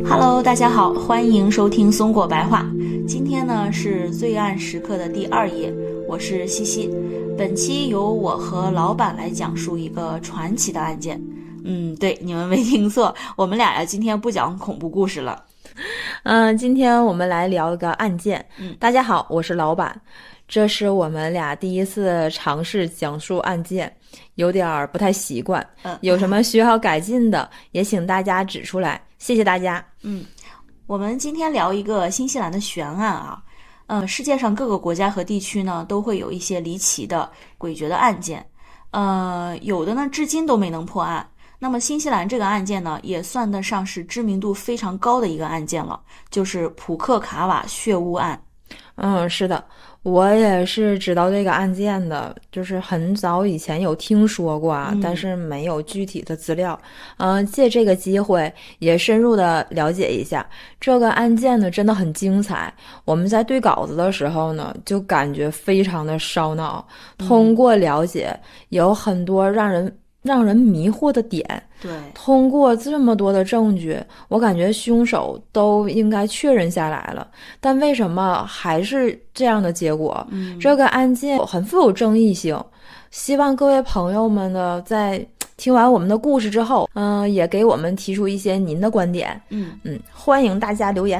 Hello， 大家好，欢迎收听松果白话。今天呢是罪案时刻的第2页，我是西西。本期由我和老板来讲述一个传奇的案件。对，你们没听错，我们俩今天不讲恐怖故事了。 今天我们来聊一个案件。大家好，我是老板。这是我们俩第一次尝试讲述案件，有点不太习惯。有什么需要改进的，也请大家指出来，谢谢大家。 我们今天聊一个新西兰的悬案啊。世界上各个国家和地区呢，都会有一些离奇的、诡谲的案件。有的呢，至今都没能破案。那么新西兰这个案件呢，也算得上是知名度非常高的一个案件了，就是普克卡瓦血污案。 是的，我也是知道这个案件的，就是很早以前有听说过但是没有具体的资料。借这个机会也深入的了解一下这个案件呢，真的很精彩。我们在对稿子的时候呢，就感觉非常的烧脑。通过了解，有很多让人迷惑的点。 对， 通过这么多的证据，我感觉凶手都应该确认下来了，但为什么还是这样的结果？这个案件很富有争议性。希望各位朋友们呢，在听完我们的故事之后，也给我们提出一些您的观点。欢迎大家留言。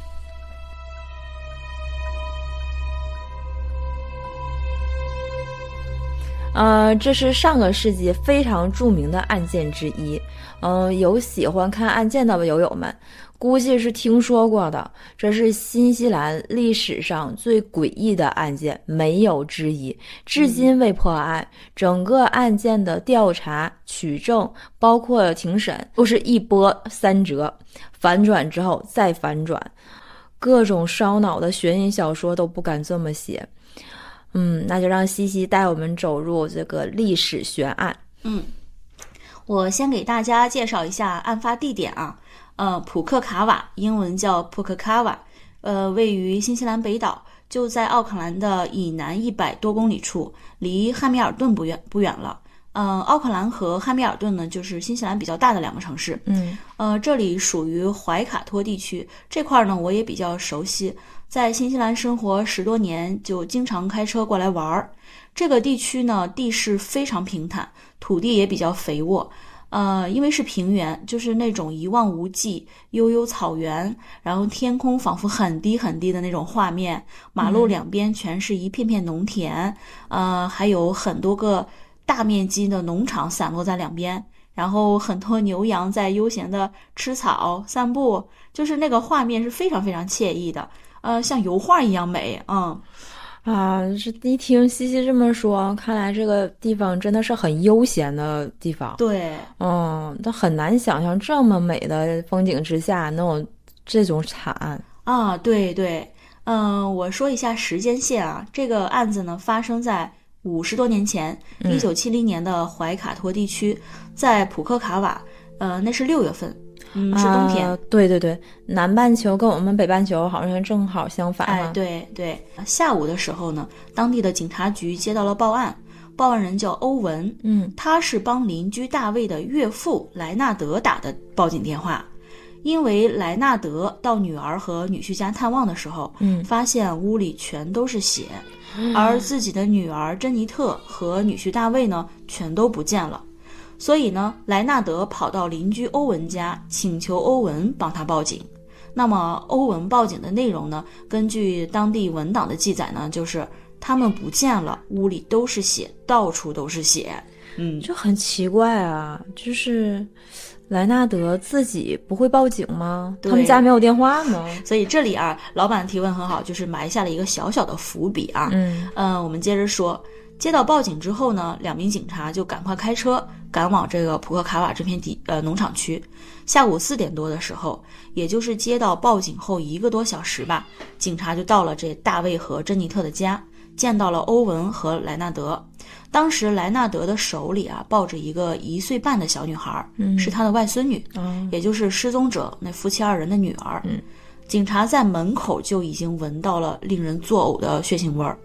这是上个世纪非常著名的案件之一。有喜欢看案件的友友们估计是听说过的，这是新西兰历史上最诡异的案件，没有之一，至今未破案。整个案件的调查、取证，包括庭审，都是一波三折，反转之后再反转，各种烧脑的悬疑小说都不敢这么写。那就让西西带我们走入这个历史悬案。 我先给大家介绍一下案发地点啊。普克卡瓦，英文叫普克卡瓦，位于新西兰北岛，就在奥克兰的以南100多公里处，离汉密尔顿不远了。奥克兰和汉密尔顿呢，就是新西兰比较大的2个城市。这里属于怀卡托地区，这块呢我也比较熟悉，在新西兰生活10多年，就经常开车过来玩。这个地区呢，地势非常平坦，土地也比较肥沃。因为是平原，就是那种一望无际、悠悠草原，然后天空仿佛很低很低的那种画面，马路两边全是一片片农田，还有很多个大面积的农场散落在两边，然后很多牛羊在悠闲的吃草散步，就是那个画面是非常非常惬意的，像油画一样美。 这一听西西这么说，看来这个地方真的是很悠闲的地方。 对， 但很难想象这么美的风景之下能有这种惨案。 对，我说一下时间线啊，这个案子呢发生在50多年前，1970年的怀卡托地区，在普克卡瓦，那是6月份。是冬天。 对，南半球跟我们北半球好像正好相反。 对，下午的时候呢，当地的警察局接到了报案，报案人叫欧文，他是帮邻居大卫的岳父莱纳德打的报警电话。因为莱纳德到女儿和女婿家探望的时候，发现屋里全都是血，而自己的女儿珍妮特和女婿大卫呢，全都不见了。所以呢，莱纳德跑到邻居欧文家，请求欧文帮他报警。那么欧文报警的内容呢，根据当地文档的记载呢，就是他们不见了，屋里都是血，到处都是血。 就很奇怪啊，就是莱纳德自己不会报警吗？他们家没有电话吗？ 所以这里啊，老板提问很好，就是埋下了一个小小的伏笔啊。我们接着说，接到报警之后呢，2名警察就赶快开车赶往这个普克卡瓦这片农场区。下午4点多的时候，也就是接到报警后1个多小时吧，警察就到了这大卫和珍妮特的家，见到了欧文和莱纳德。当时莱纳德的手里啊抱着一个1岁半的小女孩，是他的外孙女，也就是失踪者那夫妻2人的女儿。警察在门口就已经闻到了令人作呕的血腥味儿。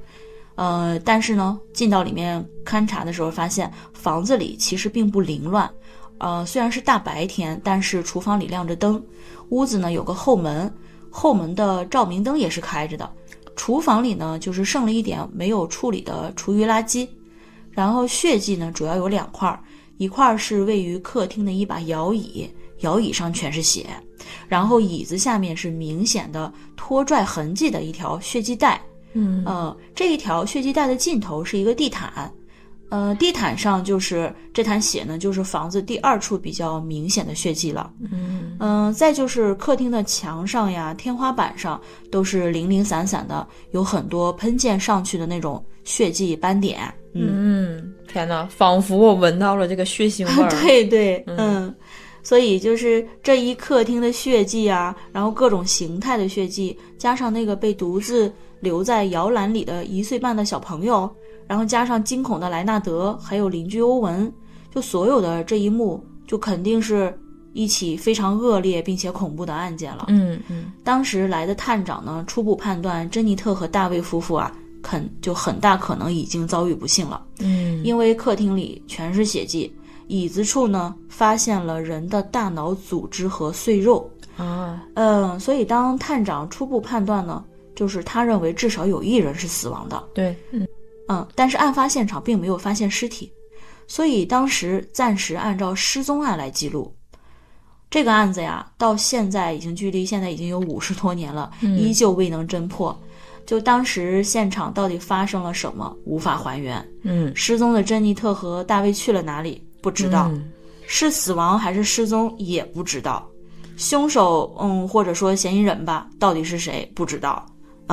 但是呢，进到里面勘察的时候发现房子里其实并不凌乱， 虽然是大白天，但是厨房里亮着灯，屋子呢有个后门，后门的照明灯也是开着的。厨房里呢就是剩了一点没有处理的厨余垃圾。然后血迹呢主要有2块，一块是位于客厅的一把摇椅，摇椅上全是血，然后椅子下面是明显的拖拽痕迹的一条血迹带。这一条血迹带的尽头是一个地毯，地毯上就是这滩血呢，就是房子第2处比较明显的血迹了。再就是客厅的墙上呀、天花板上都是零零散散的，有很多喷溅上去的那种血迹斑点。 天哪，仿佛我闻到了这个血腥味儿。 对对，所以就是这一客厅的血迹啊，然后各种形态的血迹，加上那个被独自留在摇篮里的1岁半的小朋友，然后加上惊恐的莱纳德，还有邻居欧文，就所有的这一幕，就肯定是一起非常恶劣并且恐怖的案件了。当时来的探长呢，初步判断珍妮特和大卫夫妇啊，很大可能已经遭遇不幸了。因为客厅里全是血迹，椅子处呢发现了人的大脑组织和碎肉。所以当探长初步判断呢，就是他认为至少有1人是死亡的。 对， 但是案发现场并没有发现尸体，所以当时暂时按照失踪案来记录。这个案子呀，到现在距离现在已经有50多年了，依旧未能侦破。就当时现场到底发生了什么，无法还原。失踪的珍妮特和大卫去了哪里，不知道。是死亡还是失踪也不知道。凶手或者说嫌疑人吧，到底是谁不知道。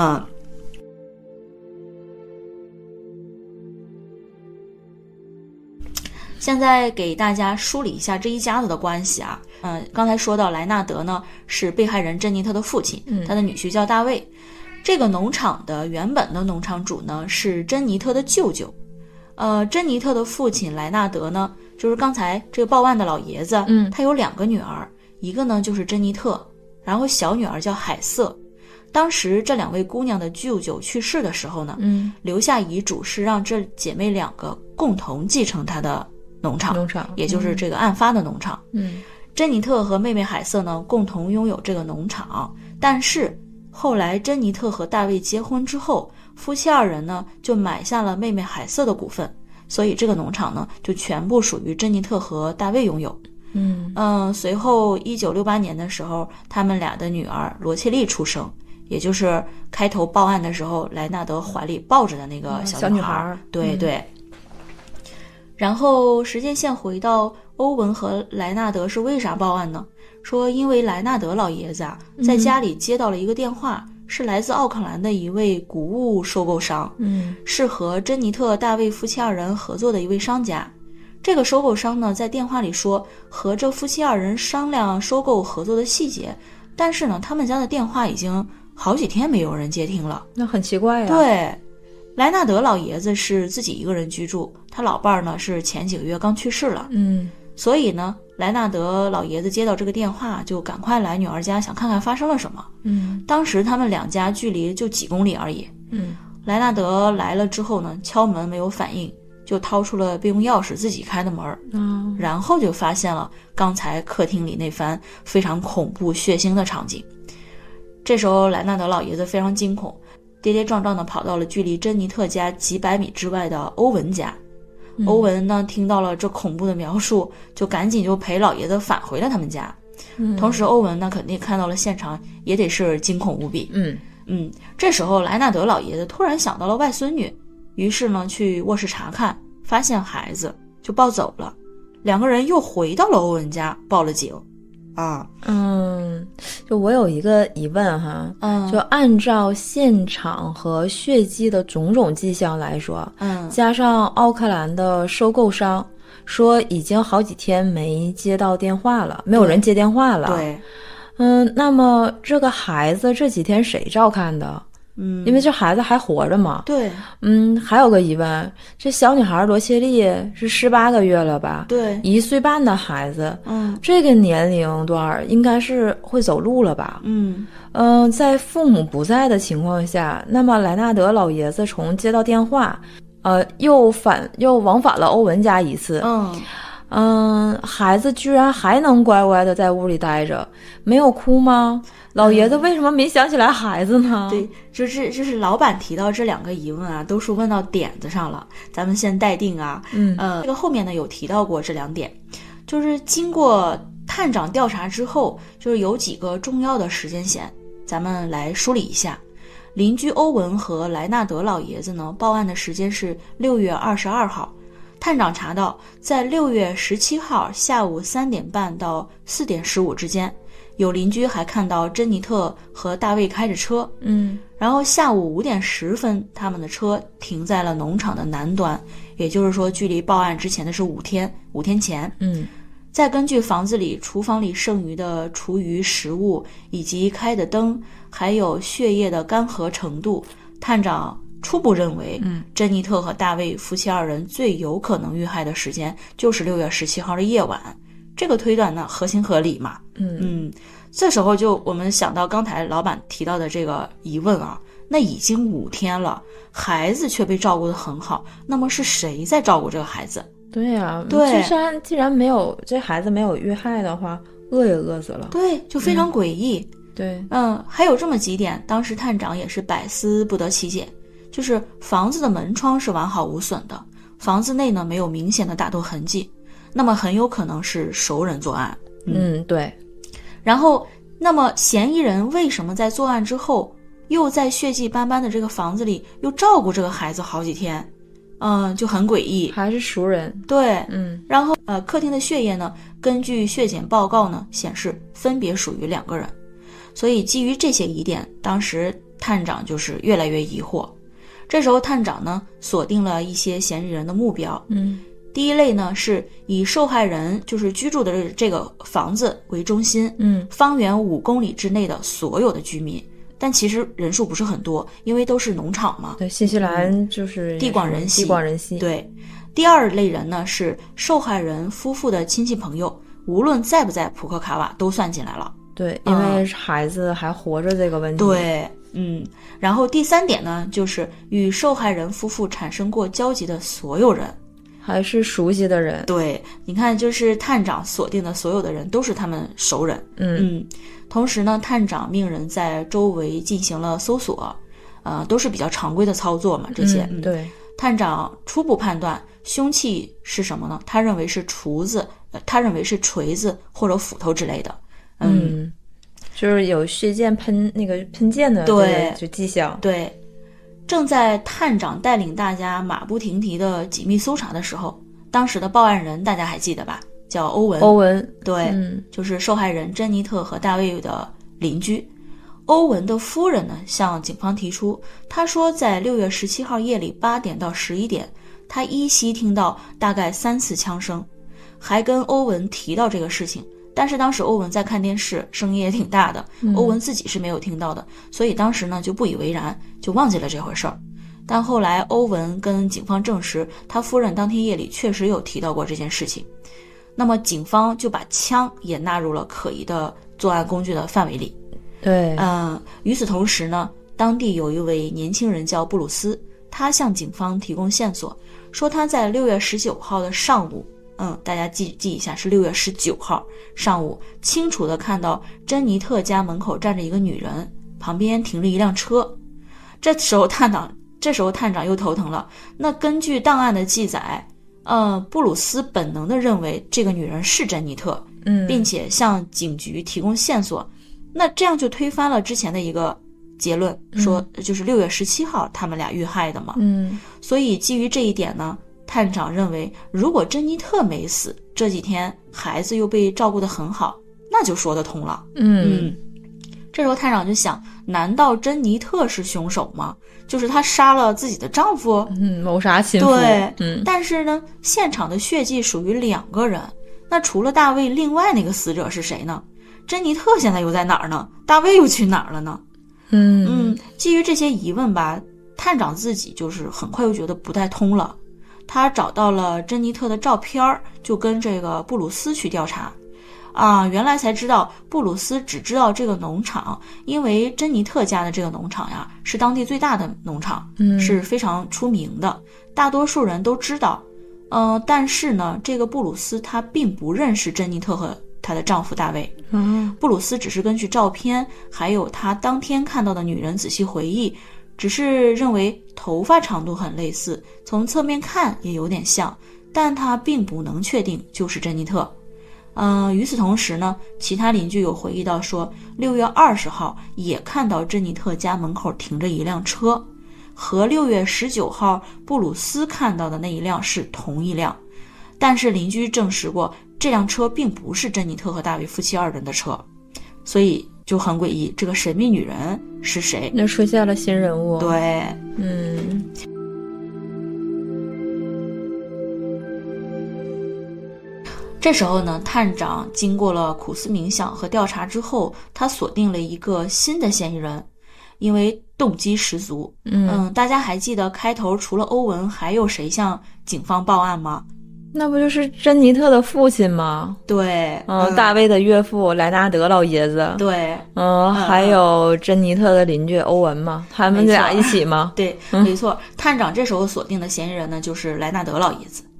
现在给大家梳理一下这一家子的关系啊。刚才说到莱纳德呢是被害人珍妮特的父亲，他的女婿叫大卫。这个农场的原本的农场主呢是珍妮特的舅舅。珍妮特的父亲莱纳德呢，就是刚才这个报案的老爷子，他有2个女儿，一个呢就是珍妮特，然后小女儿叫海瑟。当时这2位姑娘的舅舅去世的时候呢，留下遗嘱是让这姐妹2个共同继承他的农场，也就是这个案发的农场。珍妮特和妹妹海瑟呢共同拥有这个农场，但是后来珍妮特和大卫结婚之后，夫妻2人呢就买下了妹妹海瑟的股份，所以这个农场呢就全部属于珍妮特和大卫拥有。随后1968年的时候，他们俩的女儿罗切利出生，也就是开头报案的时候莱纳德怀里抱着的那个小女孩。对对。然后时间线回到欧文和莱纳德是为啥报案呢？说因为莱纳德老爷子啊，在家里接到了一个电话，是来自奥克兰的一位谷物收购商，是和珍妮特、大卫夫妻2人合作的一位商家。这个收购商呢，在电话里说和这夫妻2人商量收购合作的细节，但是呢，他们家的电话已经好几天没有人接听了。 那很奇怪呀。 对，莱纳德老爷子是自己一个人居住，他老伴儿呢是前几个月刚去世了。所以呢，莱纳德老爷子接到这个电话，就赶快来女儿家，想看看发生了什么。当时他们2家距离就几公里而已。莱纳德来了之后呢，敲门没有反应，就掏出了备用钥匙自己开的门，然后就发现了刚才客厅里那番非常恐怖血腥的场景。这时候莱纳德老爷子非常惊恐，跌跌撞撞地跑到了距离珍妮特家几百米之外的欧文家。欧文呢听到了这恐怖的描述，就赶紧就陪老爷子返回了他们家。同时欧文呢肯定看到了现场，也得是惊恐无比。这时候莱纳德老爷子突然想到了外孙女，于是呢去卧室查看，发现孩子就抱走了。2个人又回到了欧文家报了警。 就我有一个疑问哈，就按照现场和血迹的种种迹象来说，加上奥克兰的收购商说已经好几天没接到电话了，没有人接电话了。 对， 那么这个孩子这几天谁照看的？因为这孩子还活着嘛。 对。 还有个疑问，这小女孩罗切利是18个月了吧？ 对 ，1岁半的孩子，这个年龄段应该是会走路了吧？在父母不在的情况下，那么莱纳德老爷子从接到电话，又往返了欧文家一次。 孩子居然还能乖乖的在屋里待着，没有哭吗？老爷子为什么没想起来孩子呢？ 对，就是老板提到这2个疑问啊，都是问到点子上了，咱们先待定啊。这个后面呢有提到过这2点，就是经过探长调查之后，就是有几个重要的时间线，咱们来梳理一下。邻居欧文和莱纳德老爷子呢，报案的时间是6月22号。探长查到，在6月17号下午3点半到4点15之间，有邻居还看到珍妮特和大卫开着车。然后下午5点10分，他们的车停在了农场的南端，也就是说，距离报案之前的是5天前。再根据房子里、厨房里剩余的厨余食物以及开的灯，还有血液的干涸程度，探长初步认为，珍妮特和大卫夫妻2人最有可能遇害的时间就是6月17号的夜晚。这个推断呢，合情合理嘛。这时候就我们想到刚才老板提到的这个疑问啊，那已经5天了，孩子却被照顾得很好，那么是谁在照顾这个孩子？ 对呀， 对， 既然没有这孩子没有遇害的话，饿也饿死了。 对，就非常诡异。 对， 还有这么几点，当时探长也是百思不得其解。就是房子的门窗是完好无损的，房子内呢没有明显的打斗痕迹，那么很有可能是熟人作案。 对。 然后，那么嫌疑人为什么在作案之后，又在血迹斑斑的这个房子里又照顾这个孩子好几天？就很诡异， 还是熟人。 对，然后客厅的血液呢，根据血检报告呢显示分别属于2个人，所以基于这些疑点，当时探长就是越来越疑惑。这时候探长呢锁定了一些嫌疑人的目标。第一类呢是以受害人就是居住的这个房子为中心，方圆5公里之内的所有的居民。但其实人数不是很多，因为都是农场嘛。 对，新西兰就是地广人稀。对，第2类人呢是受害人夫妇的亲戚朋友，无论在不在普克卡瓦都算进来了。 对，因为孩子还活着这个问题。 对，然后第3点呢，就是与受害人夫妇产生过交集的所有人， 还是熟悉的人。 对，你看，就是探长锁定的所有的人都是他们熟人。同时呢，探长命人在周围进行了搜索，都是比较常规的操作嘛，这些。 对。 探长初步判断凶器是什么呢？他认为是他认为是锤子或者斧头之类的。 就是有血溅喷溅的对就迹象。 对。正在探长带领大家马不停蹄的紧密搜查的时候，当时的报案人大家还记得吧？叫欧文。对，就是受害人珍妮特和大卫的邻居。欧文的夫人呢向警方提出，他说在6月17号夜里8点到11点，他依稀听到大概3次枪声，还跟欧文提到这个事情。但是当时欧文在看电视，声音也挺大的，欧文自己是没有听到的，所以当时呢就不以为然，就忘记了这回事儿。但后来欧文跟警方证实，他夫人当天夜里确实有提到过这件事情。那么警方就把枪也纳入了可疑的作案工具的范围里。 对， 与此同时呢，当地有一位年轻人叫布鲁斯，他向警方提供线索，说他在6月19号的上午，大家记一下，是6月19号上午，清楚地看到珍妮特家门口站着一个女人，旁边停着一辆车。这时候探长又头疼了。那根据档案的记载，布鲁斯本能地认为这个女人是珍妮特，并且向警局提供线索。那这样就推翻了之前的一个结论，说就是6月17号他们俩遇害的嘛。所以基于这一点呢，探长认为，如果珍妮特没死，这几天孩子又被照顾得很好，那就说得通了。这时候探长就想，难道珍妮特是凶手吗？就是她杀了自己的丈夫？ 谋杀亲夫。 对，但是呢，现场的血迹属于2个人，那除了大卫，另外那个死者是谁呢？珍妮特现在又在哪儿呢？大卫又去哪儿了呢？基于这些疑问吧，探长自己就是很快又觉得不太通了。他找到了珍妮特的照片，就跟这个布鲁斯去调查。原来才知道布鲁斯只知道这个农场，因为珍妮特家的这个农场呀是当地最大的农场，是非常出名的，大多数人都知道。 但是呢，这个布鲁斯他并不认识珍妮特和她的丈夫大卫。布鲁斯只是根据照片还有他当天看到的女人仔细回忆，只是认为头发长度很类似，从侧面看也有点像，但他并不能确定就是珍妮特。与此同时呢，其他邻居有回忆到说6月20号也看到珍妮特家门口停着一辆车，和6月19号布鲁斯看到的那一辆是同一辆，但是邻居证实过这辆车并不是珍妮特和大卫夫妻2人的车，所以就很诡异，这个神秘女人是谁？ 那出现了新人物。 对，这时候呢，探长经过了苦思冥想和调查之后，他锁定了一个新的嫌疑人，因为动机十足。大家还记得开头除了欧文还有谁向警方报案吗？ 那不就是珍妮特的父亲吗？ 对， 大卫的岳父莱纳德老爷子。 对， 还有珍妮特的邻居欧文嘛，他们俩一起吗？ 对，没错。探长这时候锁定的嫌疑人呢，就是莱纳德老爷子。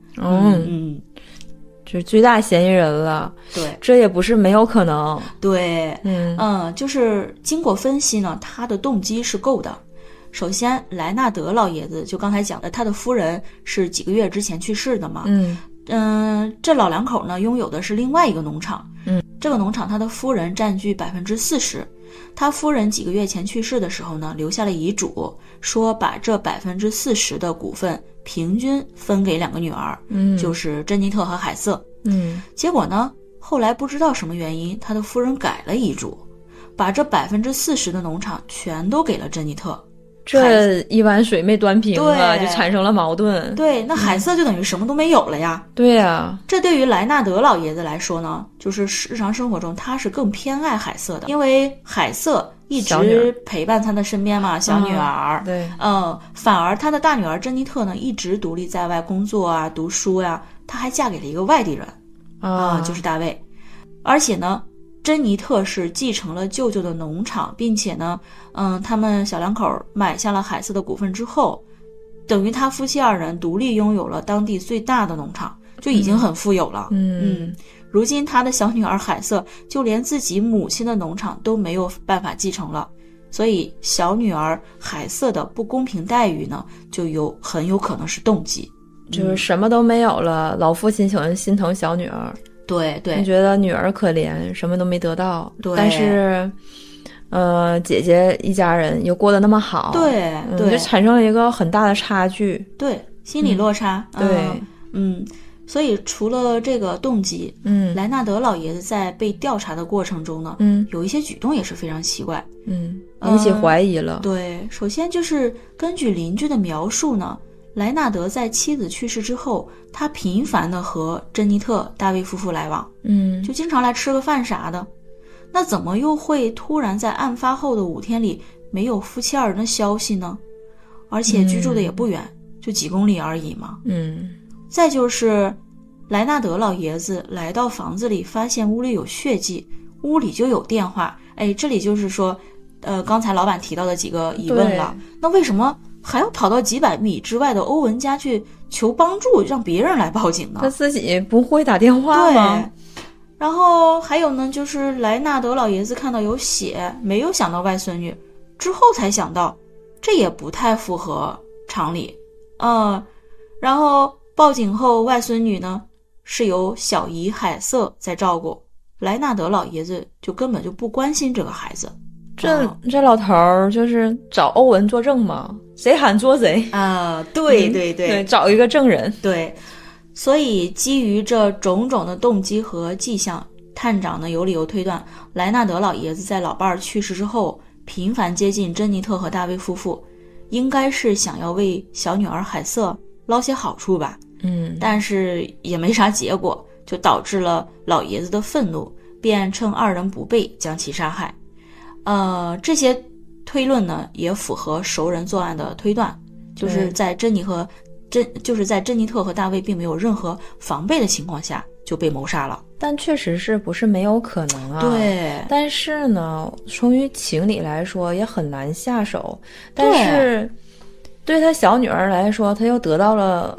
就是最大嫌疑人了。 对， 这也不是没有可能。 对，就是经过分析呢，他的动机是够的。首先，莱纳德老爷子就刚才讲的，他的夫人是几个月之前去世的嘛。这老两口呢拥有的是另外一个农场。这个农场他的夫人占据40%。他夫人几个月前去世的时候呢，留下了遗嘱，说把这40%的股份平均分给2个女儿，就是珍妮特和海瑟。结果呢，后来不知道什么原因，他的夫人改了遗嘱，把这40%的农场全都给了珍妮特。 这一碗水没端平啊，就产生了矛盾。 对，那海瑟就等于什么都没有了呀。 对呀， 这对于莱纳德老爷子来说呢，就是日常生活中他是更偏爱海瑟的，因为海瑟一直陪伴他的身边嘛，小女儿。 对， 反而他的大女儿珍妮特呢，一直独立在外工作啊、读书呀，她还嫁给了一个外地人就是大卫。而且呢，珍妮特是继承了舅舅的农场，并且呢，他们小两口买下了海瑟的股份之后，等于他夫妻2人独立拥有了当地最大的农场，就已经很富有了。如今他的小女儿海瑟就连自己母亲的农场都没有办法继承了，所以小女儿海瑟的不公平待遇呢，就很有可能是动机， 就是什么都没有了，老父亲喜欢心疼小女儿。 对， 你觉得女儿可怜，什么都没得到。 对， 但是姐姐一家人又过得那么好。 对， 就产生了一个很大的差距。 对，心理落差。 对， 所以除了这个动机，莱纳德老爷子在被调查的过程中呢，有一些举动也是非常奇怪， 引起怀疑了。 对，首先就是根据邻居的描述呢，莱纳德在妻子去世之后，他频繁地和珍妮特、大卫夫妇来往，就经常来吃个饭啥的。那怎么又会突然在案发后的5天里没有夫妻2人的消息呢？而且居住的也不远，就几公里而已嘛。再就是莱纳德老爷子来到房子里，发现屋里有血迹，屋里就有电话。这里就是说刚才老板提到的几个疑问了。那为什么还要跑到几百米之外的欧文家去求帮助，让别人来报警呢？ 他自己不会打电话吗？ 对。然后还有呢，就是莱纳德老爷子看到有血，没有想到外孙女，之后才想到，这也不太符合常理。然后报警后，外孙女呢是由小姨海瑟在照顾，莱纳德老爷子就根本就不关心这个孩子。 这老头儿就是找欧文作证嘛，谁喊捉谁啊？对， 找一个证人。 对，所以基于这种种的动机和迹象，探长呢有理由推断，莱纳德老爷子在老伴儿去世之后，频繁接近珍妮特和大卫夫妇，应该是想要为小女儿海瑟捞些好处吧。但是也没啥结果，就导致了老爷子的愤怒，便趁2人不备将其杀害。这些推论呢也符合熟人作案的推断，就是在珍妮特和大卫并没有任何防备的情况下就被谋杀了。 但确实是不是没有可能啊？ 对。 但是呢，从于情理来说也很难下手。但是对他小女儿来说，她又得到了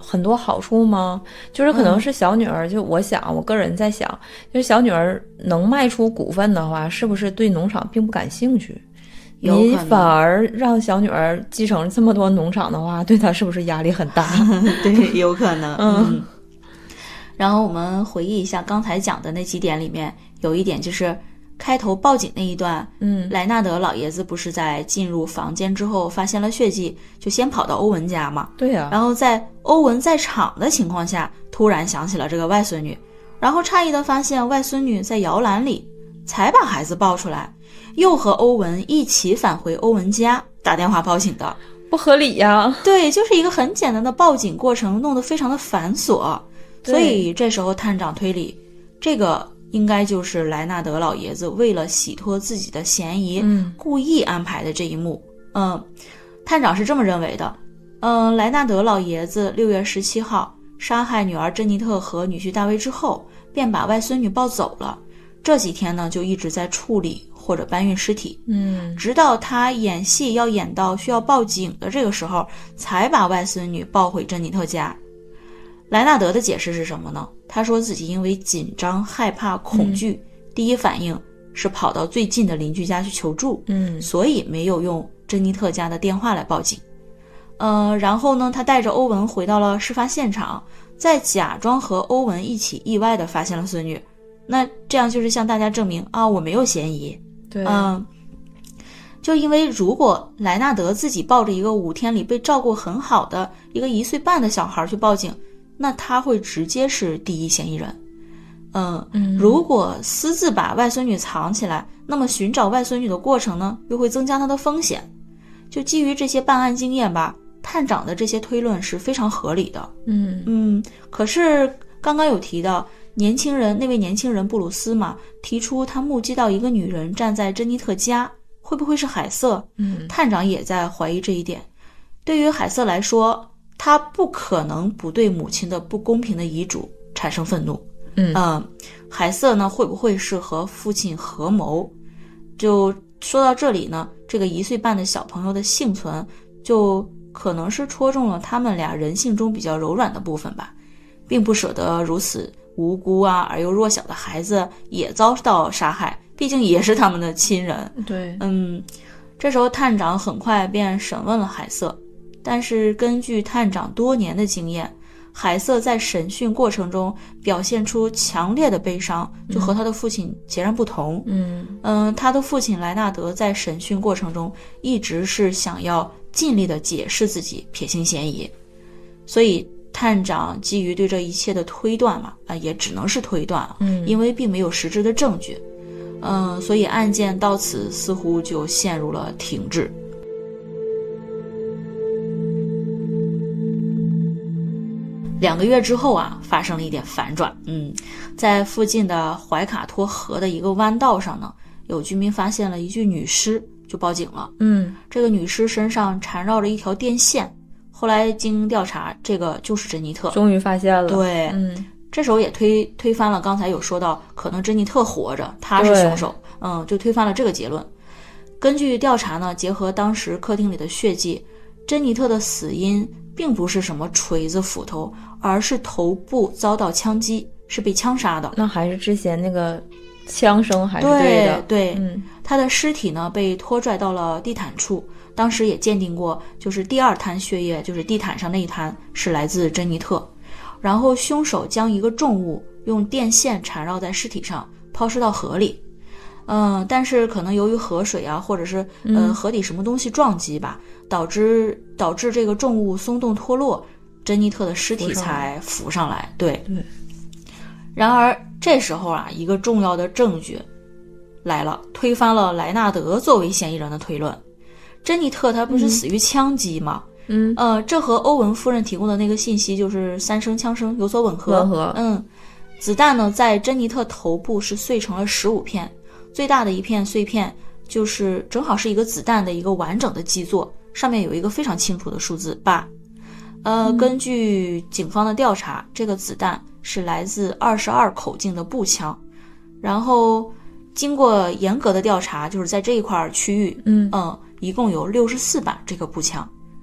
很多好处吗？就是可能是小女儿，就我想，我个人在想，就是小女儿能卖出股份的话，是不是对农场并不感兴趣？你反而让小女儿继承这么多农场的话，对她是不是压力很大？ 对，有可能。然后我们回忆一下刚才讲的那几点里面，有一点就是开头报警那一段，莱纳德老爷子不是在进入房间之后发现了血迹，就先跑到欧文家嘛。 对呀。 然后在欧文在场的情况下，突然想起了这个外孙女，然后诧异的发现外孙女在摇篮里，才把孩子抱出来，又和欧文一起返回欧文家打电话报警的。 不合理呀。 对，就是一个很简单的报警过程，弄得非常的繁琐。所以这时候探长推理，这个应该就是莱纳德老爷子为了洗脱自己的嫌疑，故意安排的这一幕。探长是这么认为的。莱纳德老爷子6月17号杀害女儿珍妮特和女婿大卫之后，便把外孙女抱走了。这几天呢，就一直在处理或者搬运尸体，直到他演戏要演到需要报警的这个时候，才把外孙女抱回珍妮特家。莱纳德的解释是什么呢？他说自己因为紧张、害怕、恐惧，第一反应是跑到最近的邻居家去求助，所以没有用珍妮特家的电话来报警。然后呢，他带着欧文回到了事发现场，再假装和欧文一起意外地发现了孙女。那这样就是向大家证明啊，我没有嫌疑。 对， 就因为如果莱纳德自己抱着一个5天里被照顾很好的一个1岁半的小孩去报警，那他会直接是第一嫌疑人。如果私自把外孙女藏起来，那么寻找外孙女的过程呢，又会增加他的风险。就基于这些办案经验吧，探长的这些推论是非常合理的。可是刚刚有提到那位年轻人布鲁斯嘛，提出他目击到一个女人站在珍妮特家，会不会是海瑟？探长也在怀疑这一点。对于海瑟来说，他不可能不对母亲的不公平的遗嘱产生愤怒。海瑟呢，会不会是和父亲合谋？就说到这里呢，这个1岁半的小朋友的幸存，就可能是戳中了他们俩人性中比较柔软的部分吧，并不舍得如此无辜而又弱小的孩子也遭到杀害，毕竟也是他们的亲人。 对， 这时候探长很快便审问了海瑟，但是根据探长多年的经验，海瑟在审讯过程中表现出强烈的悲伤，就和他的父亲截然不同。他的父亲莱纳德在审讯过程中一直是想要尽力的解释自己，撇清嫌疑。所以探长基于对这一切的推断嘛，也只能是推断，因为并没有实质的证据。所以案件到此似乎就陷入了停滞。2个月之后发生了一点反转。在附近的怀卡托河的一个弯道上呢，有居民发现了一具女尸，就报警了。这个女尸身上缠绕着一条电线，后来经调查，这个就是珍妮特。 终于发现了。 对，这时候也推翻了刚才有说到可能珍妮特活着，她是凶手。就推翻了这个结论。根据调查呢，结合当时客厅里的血迹，珍妮特的死因并不是什么锤子斧头，而是头部遭到枪击，是被枪杀的。 那还是之前那个枪声还是对的。 对，他的尸体呢被拖拽到了地毯处，当时也鉴定过，就是第2滩血液，就是地毯上那一滩是来自珍妮特。然后凶手将一个重物用电线缠绕在尸体上，抛尸到河里。但是可能由于河水或者是河底什么东西撞击吧，导致这个重物松动脱落，珍妮特的尸体才浮上来。对。然而这时候一个重要的证据来了，推翻了莱纳德作为嫌疑人的推论。珍妮特她不是死于枪击吗？这和欧文夫人提供的那个信息，就是3声枪声有所吻合。子弹呢在珍妮特头部是碎成了15片，最大的一片碎片就是正好是一个子弹的一个完整的基座，上面有一个非常清楚的数字8。根据警方的调查，这个子弹是来自22口径的步枪，然后经过严格的调查，就是在这一块区域，一共有64把这个步枪。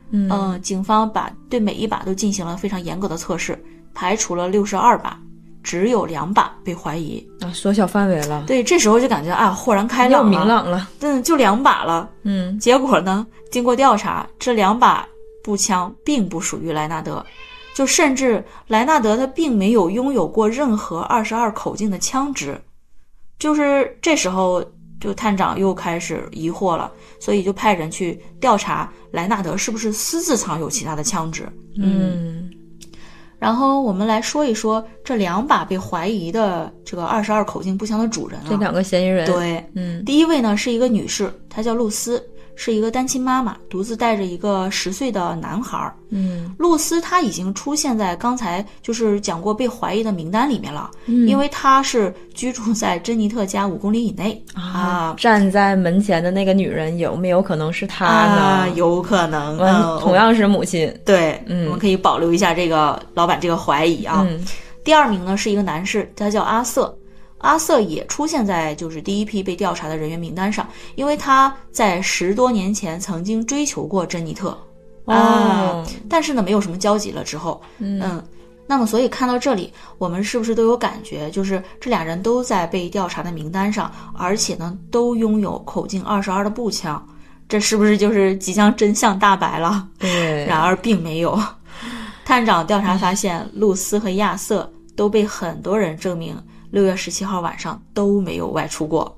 警方对每一把都进行了非常严格的测试，排除了62把，只有2把被怀疑啊，缩小范围了。 对，这时候就感觉豁然开朗了， 又明朗了。 就2把了。结果呢，经过调查，这2把步枪并不属于莱纳德，就甚至莱纳德他并没有拥有过任何22口径的枪支。就是这时候，就探长又开始疑惑了，所以就派人去调查莱纳德是不是私自藏有其他的枪支。然后我们来说一说这2把被怀疑的这个22口径步枪的主人这2个嫌疑人。 对，第一位呢是一个女士，她叫露丝，是一个单亲妈妈，独自带着一个10岁的男孩。露丝她已经出现在刚才就是讲过被怀疑的名单里面了，因为她是居住在珍妮特家5公里以内站在门前的那个女人有没有可能是她呢？ 有可能， 同样是母亲。 对，我们可以保留一下这个老板这个怀疑啊。第2名呢是一个男士，他叫阿瑟。阿瑟也出现在就是第一批被调查的人员名单上，因为他在10多年前曾经追求过珍妮特但是呢没有什么交集了之后。那么所以看到这里，我们是不是都有感觉，就是这俩人都在被调查的名单上，而且呢都拥有口径22的步枪，这是不是就是即将真相大白了？ 对， 然而并没有。探长调查发现，露丝和亚瑟都被很多人证明6月17号晚上都没有外出过。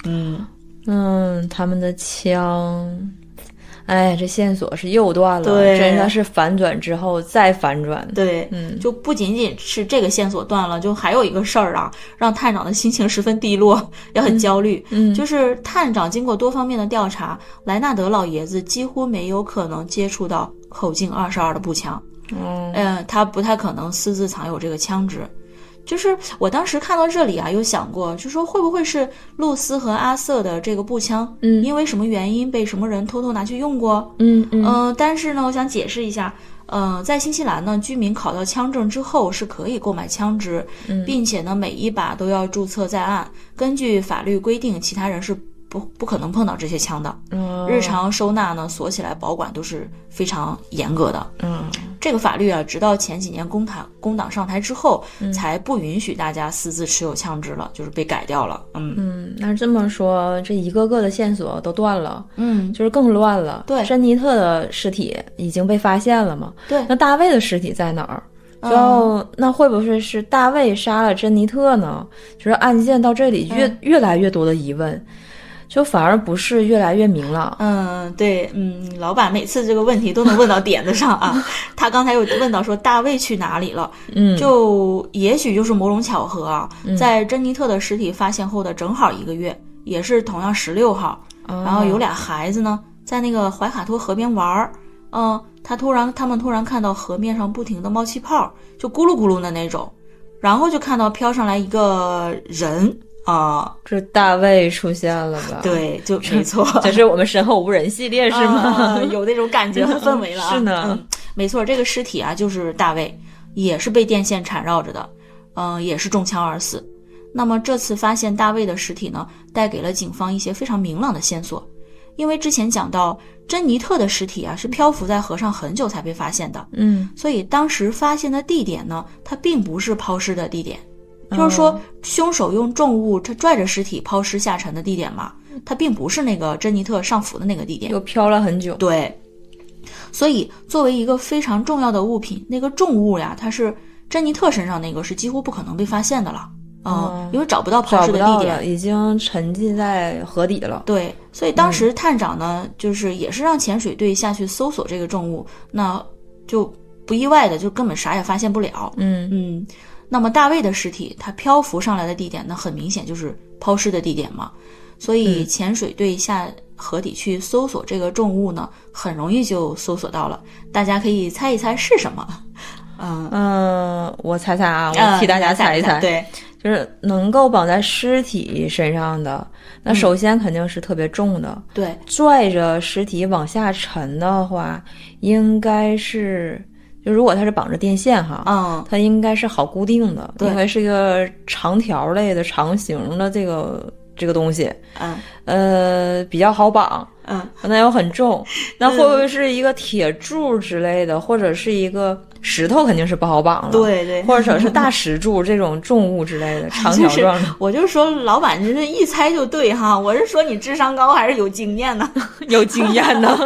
他们的枪，这线索是又断了， 对， 真的是反转之后再反转。 对，就不仅仅是这个线索断了，就还有一个事儿啊，让探长的心情十分低落，也很焦虑。就是探长经过多方面的调查，莱纳德老爷子几乎没有可能接触到口径22的步枪。他不太可能私自藏有这个枪支。就是我当时看到这里啊，有想过，就说会不会是露丝和阿瑟的这个步枪，因为什么原因被什么人偷偷拿去用过？但是呢，我想解释一下，在新西兰呢，居民考到枪证之后是可以购买枪支，并且呢，每一把都要注册在案。根据法律规定，其他人是不可能碰到这些枪的。日常收纳呢，锁起来保管都是非常严格的。这个法律啊，直到前几年工党上台之后，才不允许大家私自持有枪支了，就是被改掉了。 那这么说，这一个个的线索都断了，就是更乱了。 对， 珍妮特的尸体已经被发现了嘛？ 对， 那大卫的尸体在哪儿？那会不会是大卫杀了珍妮特呢？就是案件到这里越来越多的疑问。就反而不是越来越明朗。 对，老板每次这个问题都能问到点子上啊。他刚才有问到说大卫去哪里了，就也许就是某种巧合啊，在珍妮特的尸体发现后的正好1个月，也是同样16号，然后有俩孩子呢在那个怀卡托河边玩，他们突然看到河面上不停的冒气泡，就咕噜咕噜的那种，然后就看到飘上来一个人。 这大卫出现了吧？ 对，就没错， 这是我们身后无人系列是吗？ 有那种感觉和氛围了。 是呢， 没错，这个尸体啊就是大卫，也是被电线缠绕着的，也是中枪而死。那么这次发现大卫的尸体呢，带给了警方一些非常明朗的线索，因为之前讲到珍妮特的尸体啊是漂浮在河上很久才被发现的，所以当时发现的地点呢，它并不是抛尸的地点。就是说，凶手用重物他拽着尸体抛尸下沉的地点嘛，它并不是那个珍妮特上浮的那个地点， 又飘了很久。 对，所以作为一个非常重要的物品，那个重物呀，它是珍妮特身上那个是几乎不可能被发现的了，因为找不到抛尸的地点， 已经沉浸在河底了。 对，所以当时探长呢，就是也是让潜水队下去搜索这个重物，那就不意外的就根本啥也发现不了。那么大卫的尸体他漂浮上来的地点呢，很明显就是抛尸的地点嘛，所以潜水队下河底去搜索这个重物呢，很容易就搜索到了。大家可以猜一猜是什么？ 我猜猜啊，我替大家猜一猜。 对， 就是能够绑在尸体身上的，那首先肯定是特别重的。 对， 拽着尸体往下沉的话，应该是。就如果它是绑着电线哈，它应该是好固定的，因为是一个长条类的长形的这这个东西， 嗯， 比较好绑，可能又很重，那会不会是一个铁柱之类的，或者是一个石头肯定是不好绑了， 对对， 或者是大石柱这种重物之类的长条状的。 我就说老板真是一猜就对哈，我是说你智商高还是有经验呢？ 有经验呢。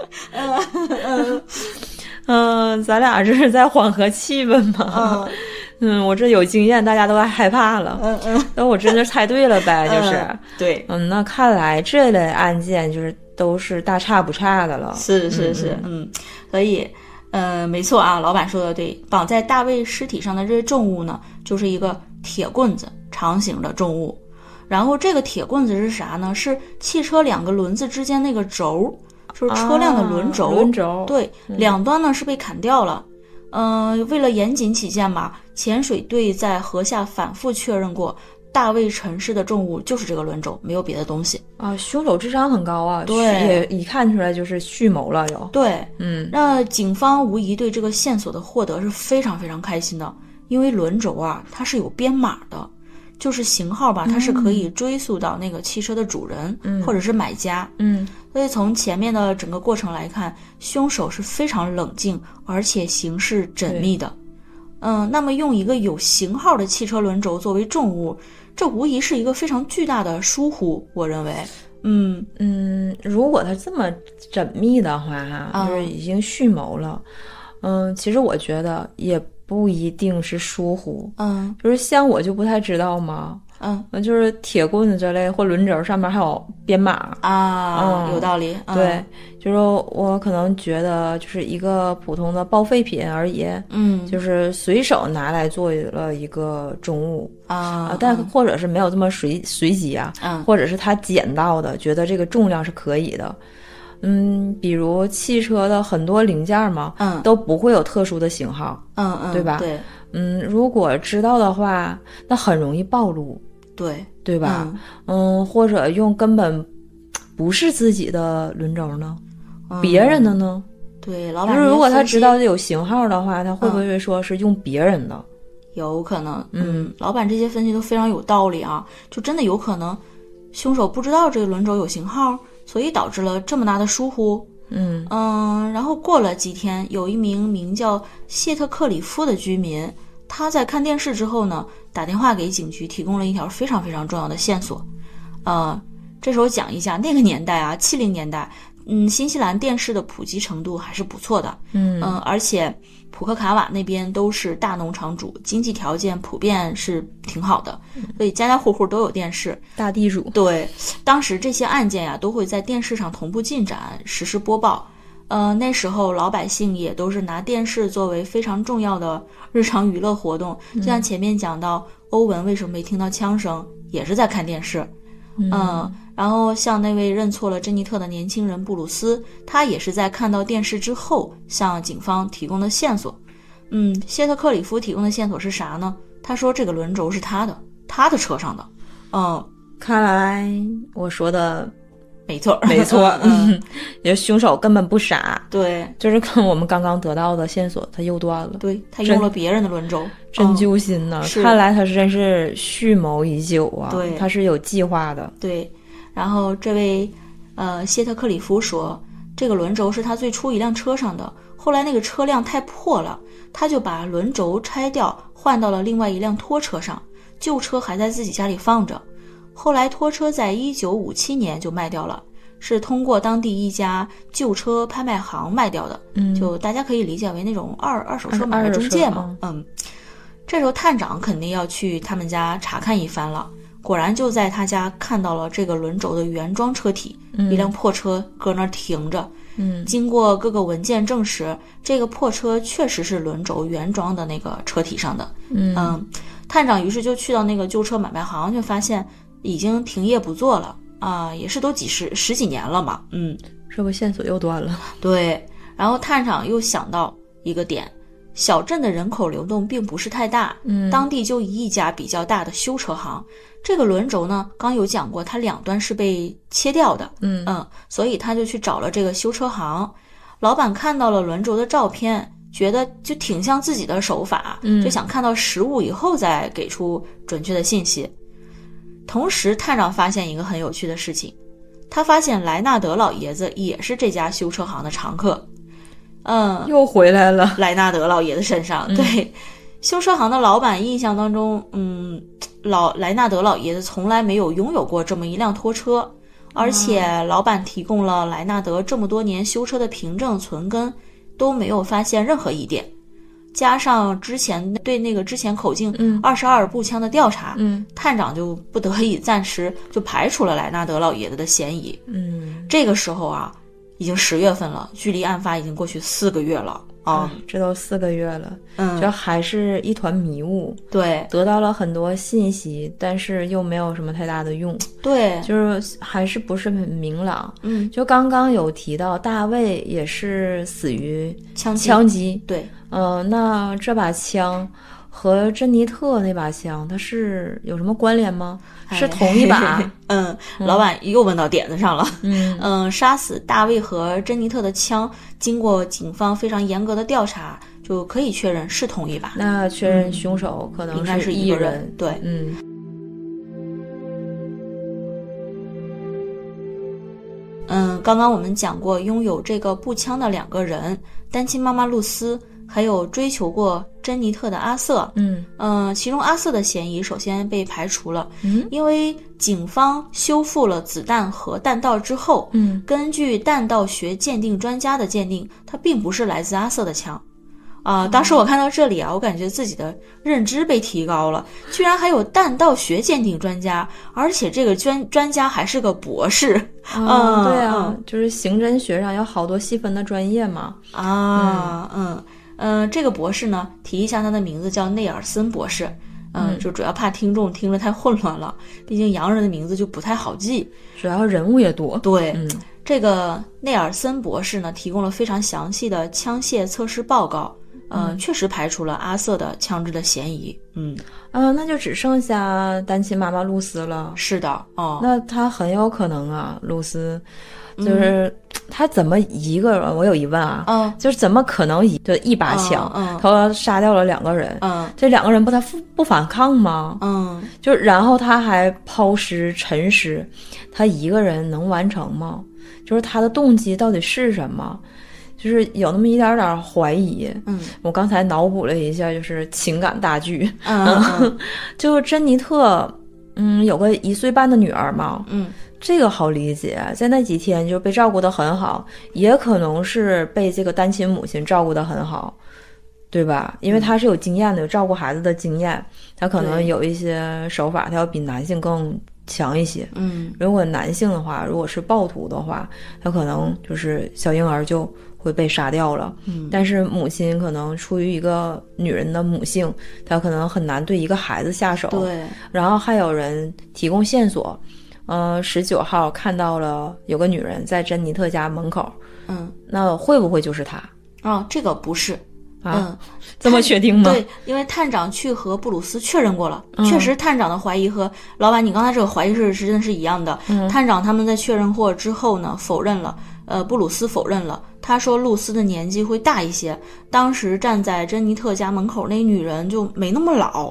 咱俩这是在缓和气氛嘛。我这有经验，大家都爱害怕了。那我真的猜对了呗，就是。 对。 那看来这类案件就是都是大差不差的了。 是，所以，没错啊，老板说的对，绑在大卫尸体上的这重物呢，就是一个铁棍子，长形的重物。然后这个铁棍子是啥呢？是汽车两个轮子之间那个轴，就是车辆的轮轴。 轮轴。 对，两端呢是被砍掉了。为了严谨起见吧，潜水队在河下反复确认过，大卫沉尸的重物就是这个轮轴，没有别的东西啊。凶手智商很高啊， 对， 也一看出来就是蓄谋了有。 对，那警方无疑对这个线索的获得是非常非常开心的，因为轮轴啊，它是有编码的，就是型号吧，它是可以追溯到那个汽车的主人，或者是买家。所以从前面的整个过程来看，凶手是非常冷静，而且行事缜密的。那么用一个有型号的汽车轮轴作为重物，这无疑是一个非常巨大的疏忽，我认为。 如果他这么缜密的话哈，就是已经蓄谋了。其实我觉得也不一定是疏忽。就是像我就不太知道嘛。就是铁棍子之类或轮轴上面还有编码啊，有道理。 对，就是我可能觉得就是一个普通的报废品而已，就是随手拿来做了一个重物啊，但或者是没有这么随机啊，或者是他捡到的，觉得这个重量是可以的。比如汽车的很多零件嘛，都不会有特殊的型号，对吧？ 对， 如果知道的话，那很容易暴露。对吧？或者用根本不是自己的轮轴呢，别人的呢？ 对，老板就是如果他知道有型号的话，他会不会说是用别人的？ 有可能。老板这些分析都非常有道理啊，就真的有可能凶手不知道这个轮轴有型号，所以导致了这么大的疏忽。然后过了几天，有一名名叫谢特克里夫的居民，他在看电视之后呢，打电话给警局，提供了一条非常非常重要的线索。这时候讲一下那个年代啊，70年代，新西兰电视的普及程度还是不错的。而且普克卡瓦那边都是大农场主，经济条件普遍是挺好的，所以家家户户都有电视， 大地主。 对，当时这些案件呀，都会在电视上同步进展，实时播报。那时候老百姓也都是拿电视作为非常重要的日常娱乐活动，就像前面讲到欧文为什么没听到枪声，也是在看电视。然后像那位认错了珍妮特的年轻人布鲁斯，他也是在看到电视之后向警方提供的线索。谢特克里夫提供的线索是啥呢？他说这个轮轴是他的车上的。 看来我说的没错。 也凶手根本不傻。 对， 就是跟我们刚刚得到的线索他又断了。 对，他用了别人的轮轴， 真揪心呐。看来他真是蓄谋已久啊。 对， 他是有计划的。 对，然后这位谢特克里夫说，这个轮轴是他最初一辆车上的，后来那个车辆太破了，他就把轮轴拆掉，换到了另外一辆拖车上，旧车还在自己家里放着。后来拖车在1957年就卖掉了，是通过当地一家旧车拍卖行卖掉的。就大家可以理解为那种二手车买卖中介嘛。这时候探长肯定要去他们家查看一番了，果然就在他家看到了这个轮轴的原装车体，一辆破车搁那儿停着。经过各个文件证实，这个破车确实是轮轴原装的那个车体上的。探长于是就去到那个旧车买卖行，就发现已经停业不做了啊，也是都十几年了嘛。 这不线索又断了。 对，然后探长又想到一个点，小镇的人口流动并不是太大，当地就一家比较大的修车行。这个轮轴呢，刚有讲过，它两端是被切掉的。所以他就去找了这个修车行，老板看到了轮轴的照片，觉得就挺像自己的手法，就想看到实物以后再给出准确的信息。 同时探长发现一个很有趣的事情，他发现莱纳德老爷子也是这家修车行的常客。 又回来了。 莱纳德老爷子身上，对，修车行的老板印象当中，莱纳德老爷子从来没有拥有过这么一辆拖车，而且老板提供了莱纳德这么多年修车的凭证存根，都没有发现任何疑点。加上之前对那个之前口径22步枪的调查，探长就不得已暂时就排除了莱纳德老爷子的嫌疑。这个时候啊，已经10月份了，距离案发已经过去4个月了啊， 这都4个月了，就还是一团迷雾。 对， 得到了很多信息，但是又没有什么太大的用。 对， 就是还是不是很明朗。就刚刚有提到大卫也是死于枪击。对，那这把枪和珍妮特那把枪它是有什么关联吗？是同一把？ 老板又问到点子上了。杀死大卫和珍妮特的枪，经过警方非常严格的调查，就可以确认是同一把。 那确认凶手可能应该是一个人。对，刚刚我们讲过，拥有这个步枪的2个人，单亲妈妈露丝，还有追求过珍妮特的阿瑟。其中阿瑟的嫌疑首先被排除了，因为警方修复了子弹和弹道之后，根据弹道学鉴定专家的鉴定，它并不是来自阿瑟的枪。当时我看到这里啊，我感觉自己的认知被提高了，居然还有弹道学鉴定专家，而且这个专家还是个博士。 对啊，就是刑侦学上有好多细分的专业嘛。 这个博士呢，提一下他的名字叫内尔森博士。就主要怕听众听着太混乱了，毕竟洋人的名字就不太好记， 主要人物也多。 对，这个内尔森博士呢，提供了非常详细的枪械测试报告。确实排除了阿瑟的枪支的嫌疑。 那就只剩下单亲妈妈露丝了。 是的， 那他很有可能啊，露丝就是他怎么一个人？我有疑问啊，就是怎么可能就一把枪，他杀掉了2个人？这2个人他不反抗吗？就是然后他还抛尸沉尸，他一个人能完成吗？就是他的动机到底是什么？就是有那么一点点怀疑。我刚才脑补了一下，就是情感大剧。就珍妮特，有个1岁半的女儿嘛。这个好理解，在那几天就被照顾得很好，也可能是被这个单亲母亲照顾得很好，对吧？因为她是有经验的，有照顾孩子的经验，她可能有一些手法，她要比男性更强一些。如果男性的话，如果是暴徒的话，他可能就是小婴儿就会被杀掉了。但是母亲可能出于一个女人的母性，她可能很难对一个孩子下手。 对， 然后还有人提供线索，19号看到了有个女人在珍妮特家门口。那会不会就是她？ 这个不是。 这么确定吗？ 对，因为探长去和布鲁斯确认过了，确实探长的怀疑和老板你刚才这个怀疑是真的是一样的。探长他们在确认过之后呢，否认了。布鲁斯否认了，他说露丝的年纪会大一些，当时站在珍妮特家门口那女人就没那么老。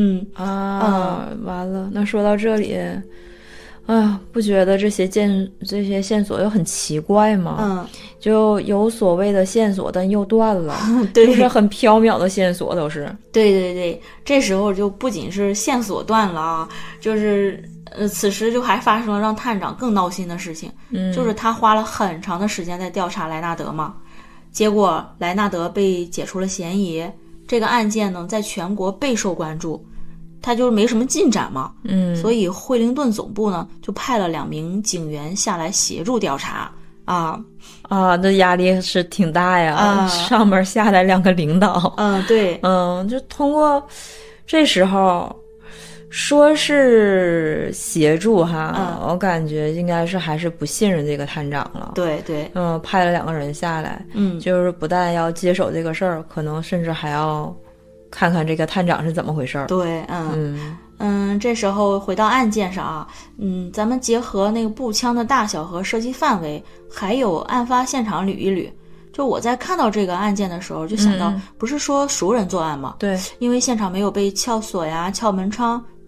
完了，那说到这里，不觉得这些线索又很奇怪吗？就有所谓的线索，但又断了。对，就是很缥缈的线索都是。 对，这时候就不仅是线索断了啊，就是此时就还发生了让探长更闹心的事情。就是他花了很长的时间在调查莱纳德嘛，结果莱纳德被解除了嫌疑，这个案件呢在全国备受关注。他就是没什么进展嘛，所以惠灵顿总部呢就派了2名警员下来协助调查。 这压力是挺大呀。上面下来2个领导。 对， 就通过这时候说是协助哈，我感觉应该是还是不信任这个探长了。对，派了2个人下来，就是不但要接手这个事儿，可能甚至还要看看这个探长是怎么回事儿。 对，这时候回到案件上啊，咱们结合那个步枪的大小和射击范围，还有案发现场捋一捋。就我在看到这个案件的时候，就想到，不是说熟人作案吗？ 对， 因为现场没有被撬锁呀、撬门窗、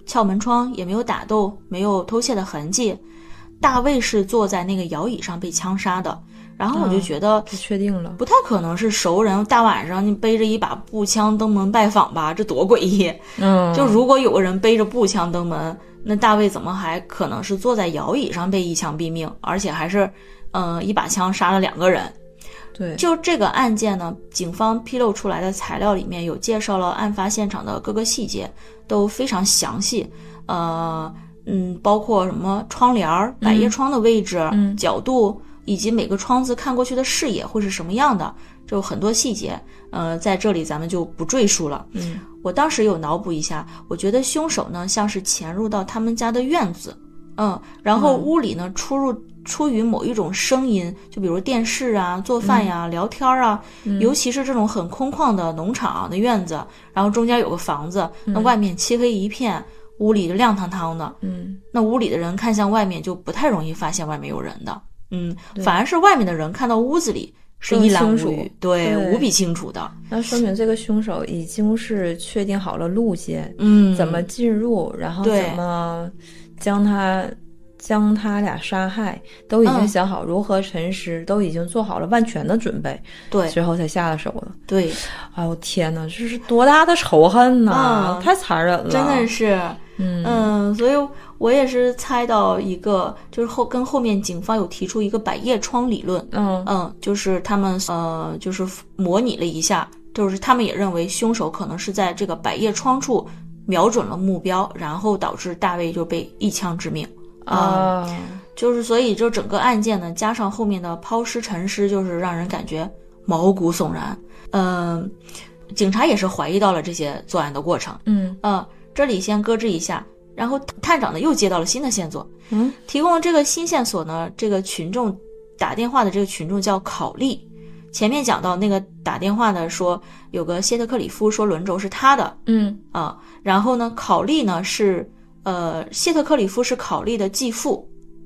撬门窗，也没有打斗，没有偷窃的痕迹。大卫是坐在那个摇椅上被枪杀的。然后我就觉得就确定了， 不太可能是熟人，大晚上你背着一把步枪登门拜访吧，这多诡异。就如果有个人背着步枪登门，那大卫怎么还可能是坐在摇椅上被一枪毙命，而且还是一把枪杀了2个人。 对， 就这个案件呢，警方披露出来的材料里面有介绍了案发现场的各个细节，都非常详细。包括什么窗帘、百叶窗的位置、角度，以及每个窗子看过去的视野会是什么样的，就很多细节。在这里咱们就不赘述了。我当时有脑补一下，我觉得凶手呢像是潜入到他们家的院子，然后屋里呢出于某一种声音，就比如电视啊、做饭呀、聊天啊，尤其是这种很空旷的农场的院子，然后中间有个房子，那外面漆黑一片，屋里就亮堂堂的，那屋里的人看向外面就不太容易发现外面有人的，反而是外面的人看到屋子里是一览无余，对，无比清楚的。 那说明这个凶手已经是确定好了路线，怎么进入，然后怎么将他俩杀害，都已经想好如何沉尸，都已经做好了万全的准备， 对， 最后才下了手的。 对， 哎呦天哪，这是多大的仇恨呐！太残忍了， 真的是。所以我也是猜到一个，就是跟后面警方有提出一个百叶窗理论，就是他们就是模拟了一下，就是他们也认为凶手可能是在这个百叶窗处瞄准了目标，然后导致大卫就被一枪致命。就是所以就整个案件呢，加上后面的抛尸沉尸，就是让人感觉毛骨悚然。警察也是怀疑到了这些作案的过程。这里先搁置一下，然后探长呢又接到了新的线索。提供了这个新线索呢，这个群众打电话的这个群众叫考利。前面讲到那个打电话的说有个谢特克里夫说轮轴是他的，然后呢考利呢是谢特克里夫是考利的继父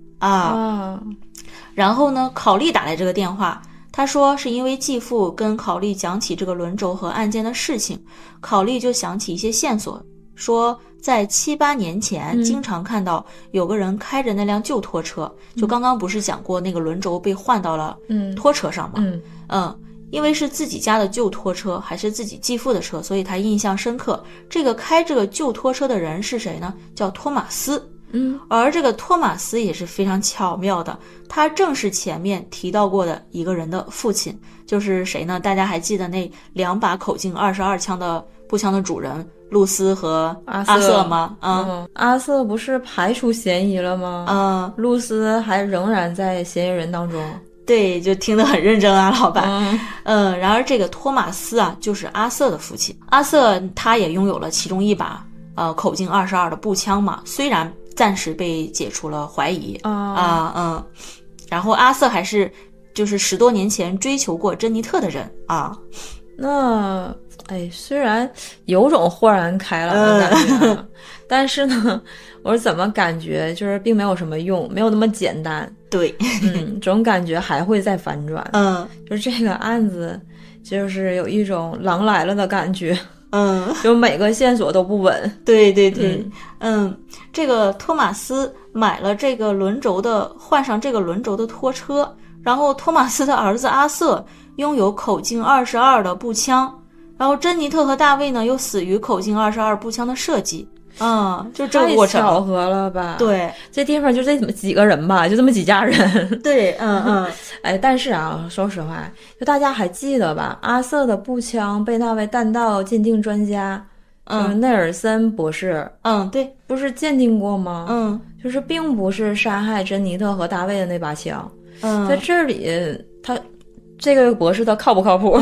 然后呢考利打来这个电话，他说是因为继父跟考利讲起这个轮轴和案件的事情，考利就想起一些线索，说在7、8年前经常看到有个人开着那辆旧拖车，就刚刚不是讲过那个轮轴被换到了拖车上吗？因为是自己家的旧拖车，还是自己继父的车，所以他印象深刻。这个开这个旧拖车的人是谁呢？叫托马斯。而这个托马斯也是非常巧妙的，他正是前面提到过的一个人的父亲，就是谁呢？大家还记得那2把口径22枪的步枪的主人露丝和阿瑟吗？ 阿瑟不是排除嫌疑了吗？露丝还仍然在嫌疑人当中。 对，就听得很认真啊，老板。然而这个托马斯啊，就是阿瑟的父亲。阿瑟他也拥有了其中一把口径22的步枪嘛，虽然暂时被解除了怀疑然后阿瑟还是就是10多年前追求过珍妮特的人啊。 那虽然有种豁然开朗的感觉但是呢，我怎么感觉就是并没有什么用，没有那么简单。 对， 总感觉还会再反转。就是这个案子就是有一种狼来了的感觉。就每个线索都不稳。 对，这个托马斯买了这个轮轴的，换上这个轮轴的拖车，然后托马斯的儿子阿瑟拥有口径22的步枪，然后珍妮特和大卫呢又死于口径22步枪的设计。就这个过程， 太巧合了吧？ 对， 这地方就这么几个人吧，就这么几家人。 对， 但是啊，说实话，就大家还记得吧？阿瑟的步枪被那位弹道鉴定专家，就是内尔森博士， 对， 不是鉴定过吗？就是并不是杀害珍妮特和大卫的那把枪。在这里，他这个博士他靠不靠谱？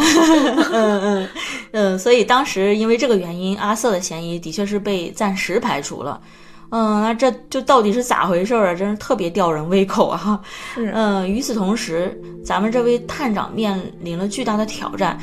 所以当时因为这个原因，阿瑟的嫌疑的确是被暂时排除了。那这就到底是咋回事啊？真是特别吊人胃口啊！与此同时，咱们这位探长面临了巨大的挑战。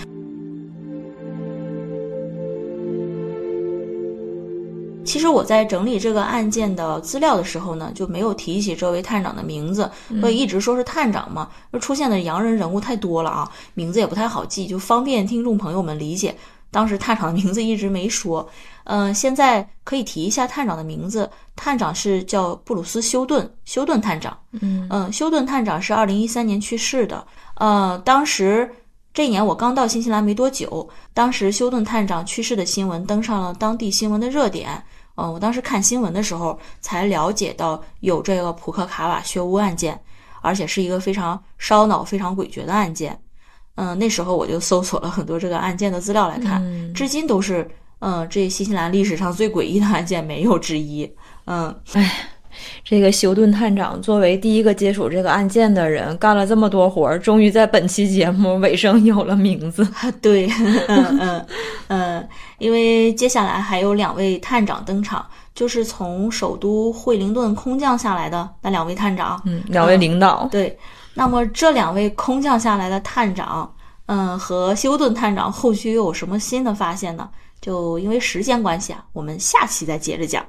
其实我在整理这个案件的资料的时候呢，就没有提起这位探长的名字，所以一直说是探长嘛，就出现的洋人人物太多了啊，名字也不太好记，就方便听众朋友们理解。当时探长的名字一直没说。 现在可以提一下探长的名字，探长是叫布鲁斯·休顿探长。休顿探长是2013年去世的。当时这一年我刚到新西兰没多久，当时休顿探长去世的新闻登上了当地新闻的热点。我当时看新闻的时候才了解到有这个普克卡瓦血污案件，而且是一个非常烧脑、非常诡谲的案件。那时候我就搜索了很多这个案件的资料来看，至今都是这新西兰历史上最诡异的案件没有之一。 这个休顿探长作为第一个接触这个案件的人，干了这么多活，终于在本期节目尾声有了名字。 对，因为接下来还有2位探长登场，就是从首都惠灵顿空降下来的那2位探长 ，2位领导。 对，那么这2位空降下来的探长和休顿探长后续又有什么新的发现呢？就因为时间关系啊，我们下期再接着讲。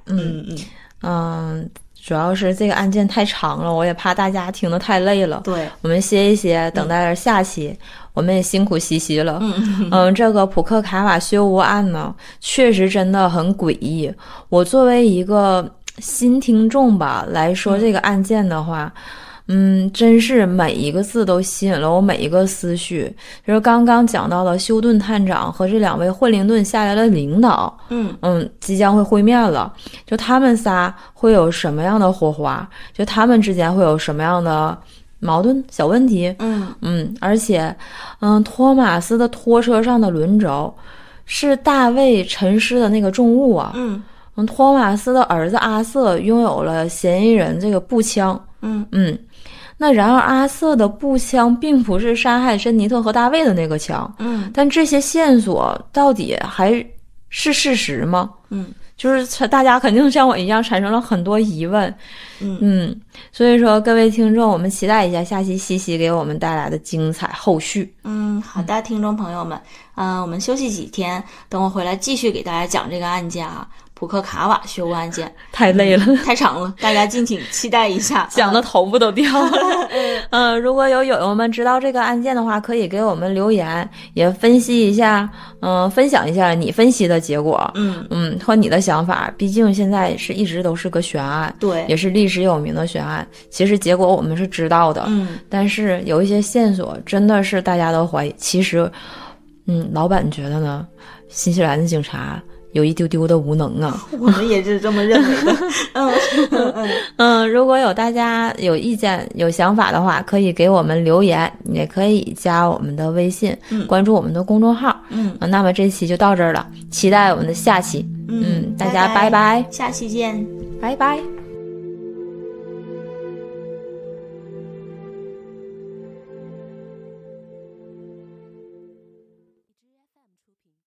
主要是这个案件太长了，我也怕大家听得太累了。 对， 我们歇一歇，等待着下期。我们也辛苦西西了。这个普克卡瓦血污案呢，确实真的很诡异。我作为一个新听众吧来说这个案件的话，真是每一个字都吸引了我每一个思绪。就是刚刚讲到的休顿探长和这2位惠灵顿下来的领导，即将会会面了。就他们仨会有什么样的火花？就他们之间会有什么样的矛盾小问题？而且，托马斯的拖车上的轮轴是大卫沉尸的那个重物啊。托马斯的儿子阿瑟拥有了嫌疑人这个步枪。那然而阿瑟的步枪并不是杀害珍妮特和大卫的那个枪。但这些线索到底还是事实吗？就是大家肯定像我一样产生了很多疑问。所以说各位听众，我们期待一下下期西西给我们带来的精彩后续。 好的，听众朋友们，我们休息几天，等我回来继续给大家讲这个案件啊。普克卡瓦血污案件太累了， 太长了，大家敬请期待一下， 讲的头发都掉了。如果有友友们知道这个案件的话，可以给我们留言，也分析一下，分享一下你分析的结果，和你的想法。毕竟现在是一直都是个悬案， 对， 也是历史有名的悬案。其实结果我们是知道的，但是有一些线索真的是大家都怀疑。其实，老板觉得呢，新西兰的警察有一丢丢的无能啊， 我们也是这么认为的。如果有大家有意见有想法的话，可以给我们留言，也可以加我们的微信，关注我们的公众号。那么这期就到这儿了，期待我们的下期。大家拜拜， 下期见， 拜拜。